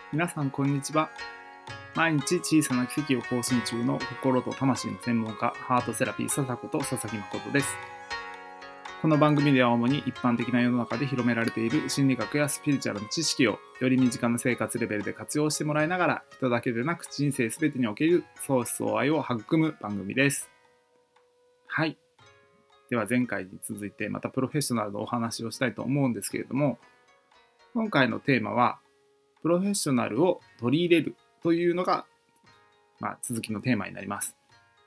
皆さんこんにちは。毎日小さな奇跡を更新中の心と魂の専門家、ハートセラピー笹子と佐々木誠です。この番組では主に一般的な世の中で広められている心理学やスピリチュアルの知識をより身近な生活レベルで活用してもらいながら、人だけでなく人生すべてにおける相思相愛を育む番組です。はい。では前回に続いてまたプロフェッショナルのお話をしたいと思うんですけれども、今回のテーマはプロフェッショナルを取り入れるというのが、続きのテーマになります。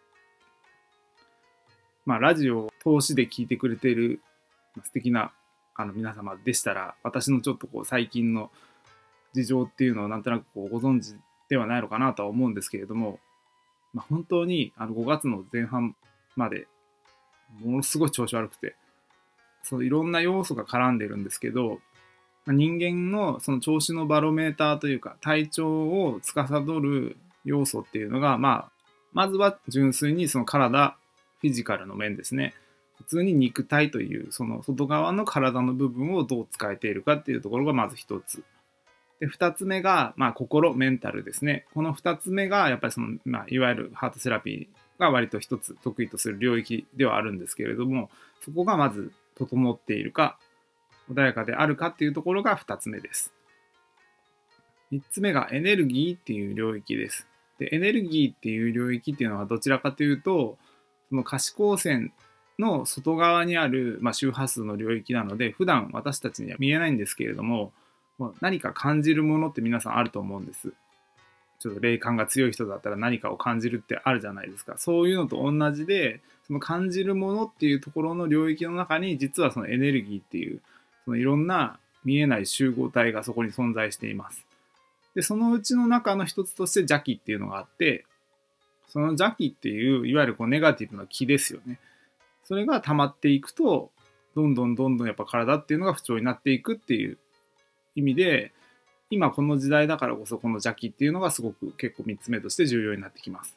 ラジオを通しで聞いてくれている素敵な皆様でしたら、私のちょっと最近の事情っていうのをなんとなくご存知ではないのかなとは思うんですけれども、本当に5月の前半までものすごい調子悪くて、いろんな要素が絡んでるんですけど、人間のその調子のバロメーターというか体調を司る要素っていうのが、まずは純粋にその体、フィジカルの面ですね。普通に肉体というその外側の体の部分をどう使えているかっていうところがまず一つ。で、二つ目が、心、メンタルですね。この二つ目がやっぱりいわゆるハートセラピーが割と一つ得意とする領域ではあるんですけれども、そこがまず整っているか、穏やかであるかっていうところが2つ目です。3つ目がエネルギーっていう領域です。で、エネルギーっていう領域っていうのはどちらかというと、その可視光線の外側にある、周波数の領域なので、普段私たちには見えないんですけれども、何か感じるものって皆さんあると思うんです。ちょっと霊感が強い人だったら何かを感じるってあるじゃないですか。そういうのと同じで、その感じるものっていうところの領域の中に、実はそのエネルギーっていう、そのいろんな見えない集合体がそこに存在しています。で、そのうちの中の一つとして邪気っていうのがあって、その邪気っていう、いわゆるネガティブな気ですよね。それが溜まっていくと、どんどんやっぱ体っていうのが不調になっていくっていう意味で、今この時代だからこそこの邪気っていうのがすごく結構3つ目として重要になってきます。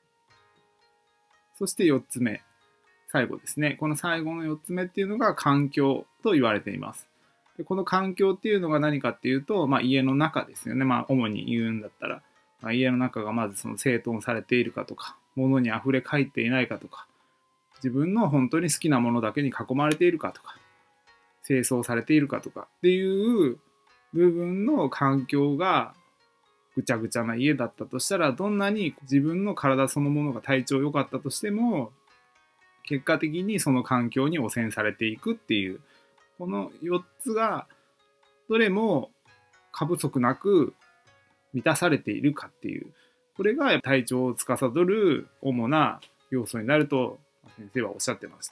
そして4つ目、最後ですね。この最後の4つ目っていうのが環境と言われています。でこの環境っていうのが何かっていうと、家の中ですよね。主に言うんだったら、家の中がまずその整頓されているかとか、物に溢れかえっていないかとか、自分の本当に好きなものだけに囲まれているかとか、清掃されているかとかっていう部分の環境がぐちゃぐちゃな家だったとしたら、どんなに自分の体そのものが体調良かったとしても、結果的にその環境に汚染されていくっていう、この4つがどれも過不足なく満たされているかっていう、これが体調を司る主な要素になると先生はおっしゃってました。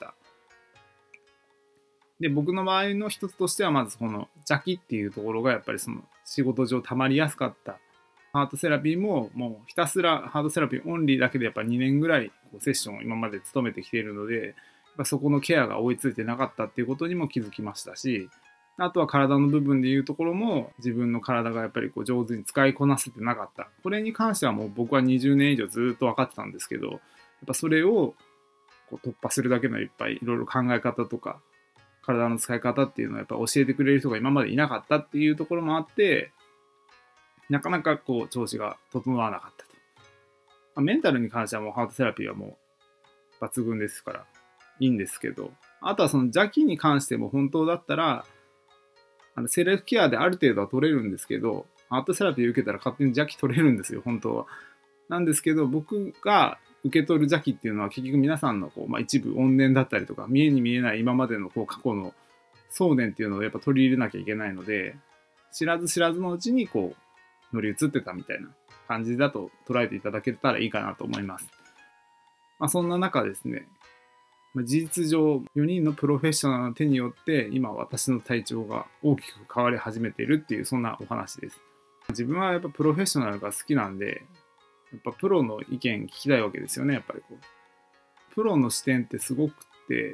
で、僕の場合の一つとしては、まずこの邪気っていうところがやっぱりその仕事上溜まりやすかったハートセラピーも、もうひたすらハートセラピーオンリーだけでやっぱ2年ぐらいセッションを今まで務めてきているので、やっぱそこのケアが追いついてなかったっていうことにも気づきましたし、あとは体の部分でいうところも、自分の体がやっぱり上手に使いこなせてなかった。これに関してはもう僕は20年以上ずっと分かってたんですけど、やっぱそれを突破するだけのいっぱいいろいろ考え方とか、体の使い方っていうのをやっぱ教えてくれる人が今までいなかったっていうところもあって、なかなか調子が整わなかったと。メンタルに関してはもうハートセラピーはもう抜群ですからいいんですけど、あとはその邪気に関しても本当だったら、セルフケアである程度は取れるんですけど、ハートセラピー受けたら勝手に邪気取れるんですよ、本当は。なんですけど、僕が受け取る邪気っていうのは結局皆さんの一部怨念だったりとか、見えに見えない今までの過去の想念っていうのをやっぱ取り入れなきゃいけないので、知らず知らずのうちに乗り移ってたみたいな感じだと捉えていただけたらいいかなと思います。そんな中ですね、事実上4人のプロフェッショナルの手によって今私の体調が大きく変わり始めているっていう、そんなお話です。自分はやっぱプロフェッショナルが好きなんで、やっぱプロの意見聞きたいわけですよね。やっぱりプロの視点ってすごくって、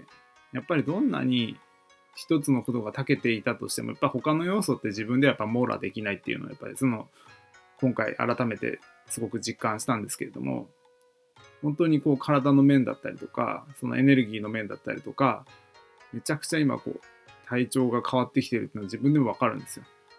やっぱりどんなに一つのことが長けていたとしても、やっぱ他の要素って自分ではやっぱ網羅できないっていうのはやっぱり今回改めてすごく実感したんですけれども、本当に体の面だったりとか、そのエネルギーの面だったりとか、めちゃくちゃ今体調が変わってきてるっていうのは自分でもわかるんですよ。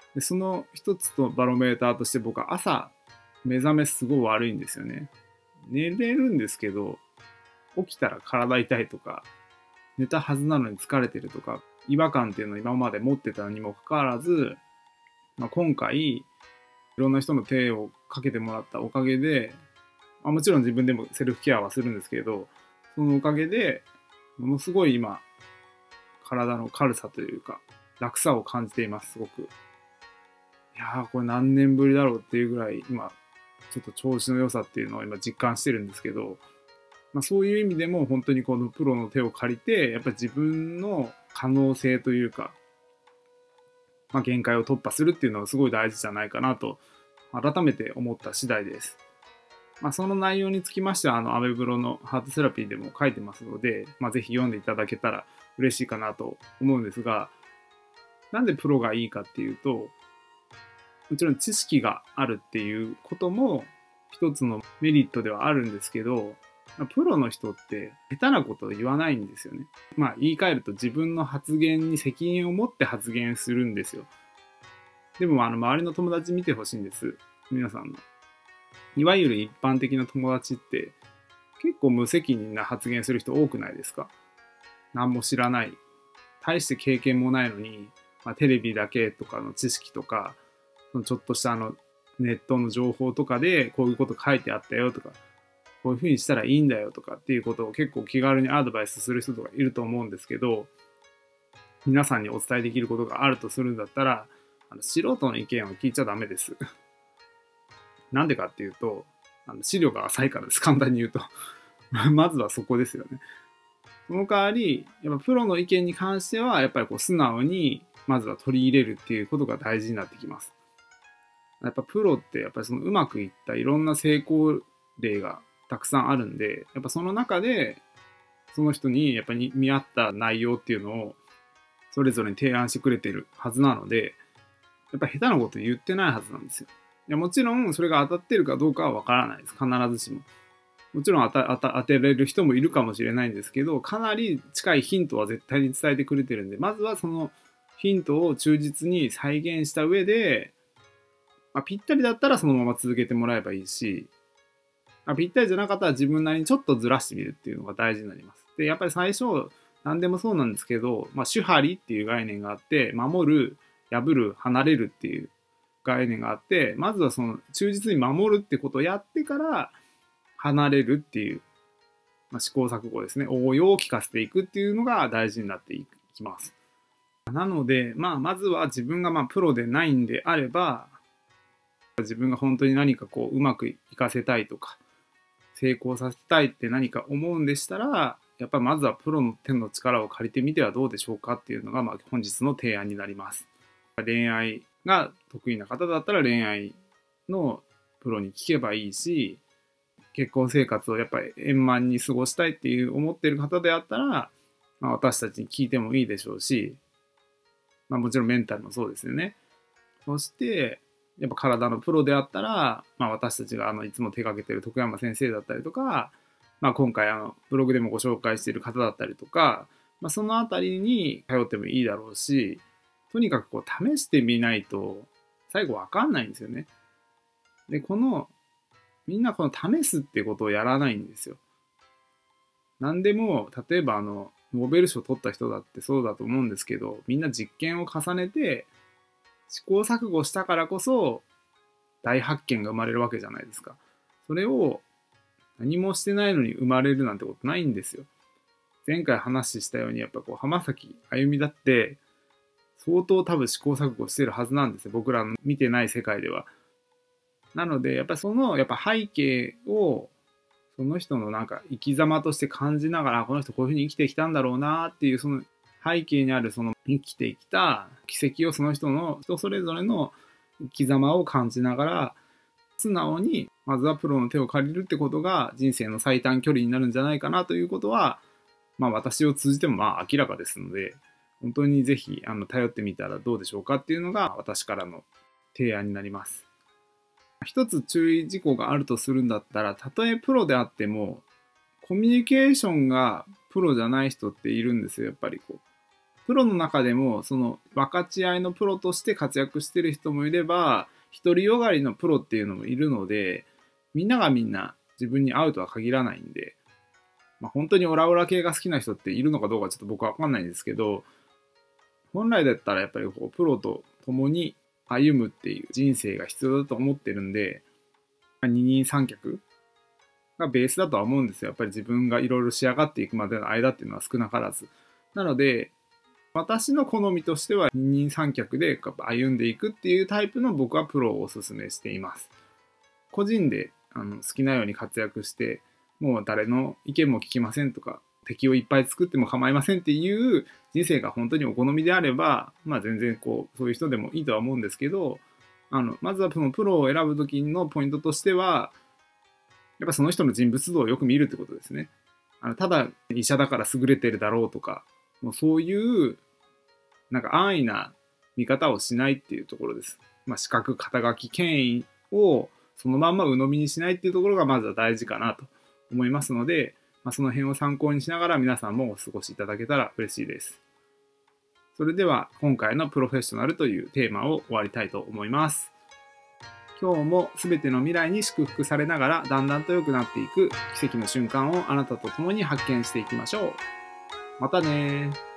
でその一つとバロメーターとして僕は朝目覚めすごい悪いんですよね。寝れるんですけど、起きたら体痛いとか、寝たはずなのに疲れてるとか、違和感っていうのを今まで持ってたにもかかわらず、今回、いろんな人の手をかけてもらったおかげで、もちろん自分でもセルフケアはするんですけど、そのおかげで、ものすごい今、体の軽さというか、楽さを感じています、すごく。いやー、これ何年ぶりだろうっていうぐらい、今、ちょっと調子の良さっていうのを今実感してるんですけど、そういう意味でも本当にこのプロの手を借りて、やっぱり自分の可能性というか、限界を突破するっていうのはすごい大事じゃないかなと、改めて思った次第です。その内容につきましては、アメブロのハートセラピーでも書いてますので、ぜひ読んでいただけたら嬉しいかなと思うんですが、なんでプロがいいかっていうと、もちろん知識があるっていうことも一つのメリットではあるんですけど、プロの人って下手なことを言わないんですよね。言い換えると自分の発言に責任を持って発言するんですよ。でも周りの友達見てほしいんです。皆さんの。いわゆる一般的な友達って結構無責任な発言する人多くないですか？何も知らない。大して経験もないのに、テレビだけとかの知識とか、ちょっとしたネットの情報とかでこういうこと書いてあったよとか、こういうふうにしたらいいんだよとかっていうことを結構気軽にアドバイスする人とかいると思うんですけど、皆さんにお伝えできることがあるとするんだったら、素人の意見を聞いちゃダメです。なんでかっていうと、資料が浅いからです。簡単に言うと。まずはそこですよね。その代わり、やっぱプロの意見に関しては、やっぱり素直に、まずは取り入れるっていうことが大事になってきます。やっぱプロってやっぱりそのうまくいったいろんな成功例がたくさんあるんで、やっぱその中でその人にやっぱり見合った内容っていうのをそれぞれに提案してくれてるはずなので、やっぱ下手なこと言ってないはずなんですよ。いやもちろんそれが当たってるかどうかはわからないです。必ずしも。もちろん当てられる人もいるかもしれないんですけど、かなり近いヒントは絶対に伝えてくれてるんで、まずはそのヒントを忠実に再現した上で、ぴったりだったらそのまま続けてもらえばいいし、ぴったりじゃなかったら自分なりにちょっとずらしてみるっていうのが大事になります。で、やっぱり最初、何でもそうなんですけど、手張りっていう概念があって、守る、破る、離れるっていう概念があって、まずはその忠実に守るってことをやってから、離れるっていう、試行錯誤ですね。応用を聞かせていくっていうのが大事になっていきます。なので、まずは自分がプロでないんであれば、自分が本当に何かうまくいかせたいとか、成功させたいって何か思うんでしたら、やっぱりまずはプロの手の力を借りてみてはどうでしょうかっていうのが、本日の提案になります。恋愛が得意な方だったら恋愛のプロに聞けばいいし、結婚生活をやっぱり円満に過ごしたいっていう思ってる方であったら、私たちに聞いてもいいでしょうし、もちろんメンタルもそうですよね。そして、やっぱ体のプロであったら、私たちがいつも手掛けてる徳山先生だったりとか、今回ブログでもご紹介している方だったりとか、そのあたりに頼ってもいいだろうし、とにかく試してみないと最後わかんないんですよね。で、みんな試すってことをやらないんですよ。何でも、例えばノーベル賞を取った人だってそうだと思うんですけど、みんな実験を重ねて、試行錯誤したからこそ大発見が生まれるわけじゃないですか。それを何もしてないのに生まれるなんてことないんですよ。前回話したようにやっぱ浜崎あゆみだって相当多分試行錯誤してるはずなんですよ。僕らの見てない世界では。なのでやっぱりやっぱ背景をその人の生き様として感じながら、この人こういうふうに生きてきたんだろうなっていうその背景にあるその生きてきた軌跡をその人それぞれの生き様を感じながら、素直にまずはプロの手を借りるってことが人生の最短距離になるんじゃないかなということは、私を通じても明らかですので、本当にぜひ頼ってみたらどうでしょうかっていうのが私からの提案になります。一つ注意事項があるとするんだったら、たとえプロであってもコミュニケーションがプロじゃない人っているんですよ。やっぱりプロの中でもその分かち合いのプロとして活躍してる人もいれば、独りよがりのプロっていうのもいるので、みんながみんな自分に合うとは限らないんで、本当にオラオラ系が好きな人っているのかどうかちょっと僕は分かんないんですけど、本来だったらやっぱりこうプロと共に歩むっていう人生が必要だと思ってるんで、二人三脚がベースだとは思うんですよ。やっぱり自分がいろいろ仕上がっていくまでの間っていうのは少なからず。なので、私の好みとしては二人三脚で歩んでいくっていうタイプの僕はプロをおすすめしています。個人で好きなように活躍して、もう誰の意見も聞きませんとか、敵をいっぱい作っても構いませんっていう人生が本当にお好みであれば、全然そういう人でもいいとは思うんですけど、まずはそのプロを選ぶ時のポイントとしては、やっぱその人の人物像をよく見るってことですね。ただ医者だから優れてるだろうとか、もうそういう安易な見方をしないっていうところです。資格、肩書き、権威をそのまんま鵜呑みにしないっていうところがまずは大事かなと思いますので、その辺を参考にしながら皆さんもお過ごしいただけたら嬉しいです。それでは今回のプロフェッショナルというテーマを終わりたいと思います。今日も全ての未来に祝福されながらだんだんと良くなっていく奇跡の瞬間をあなたと共に発見していきましょう。またね。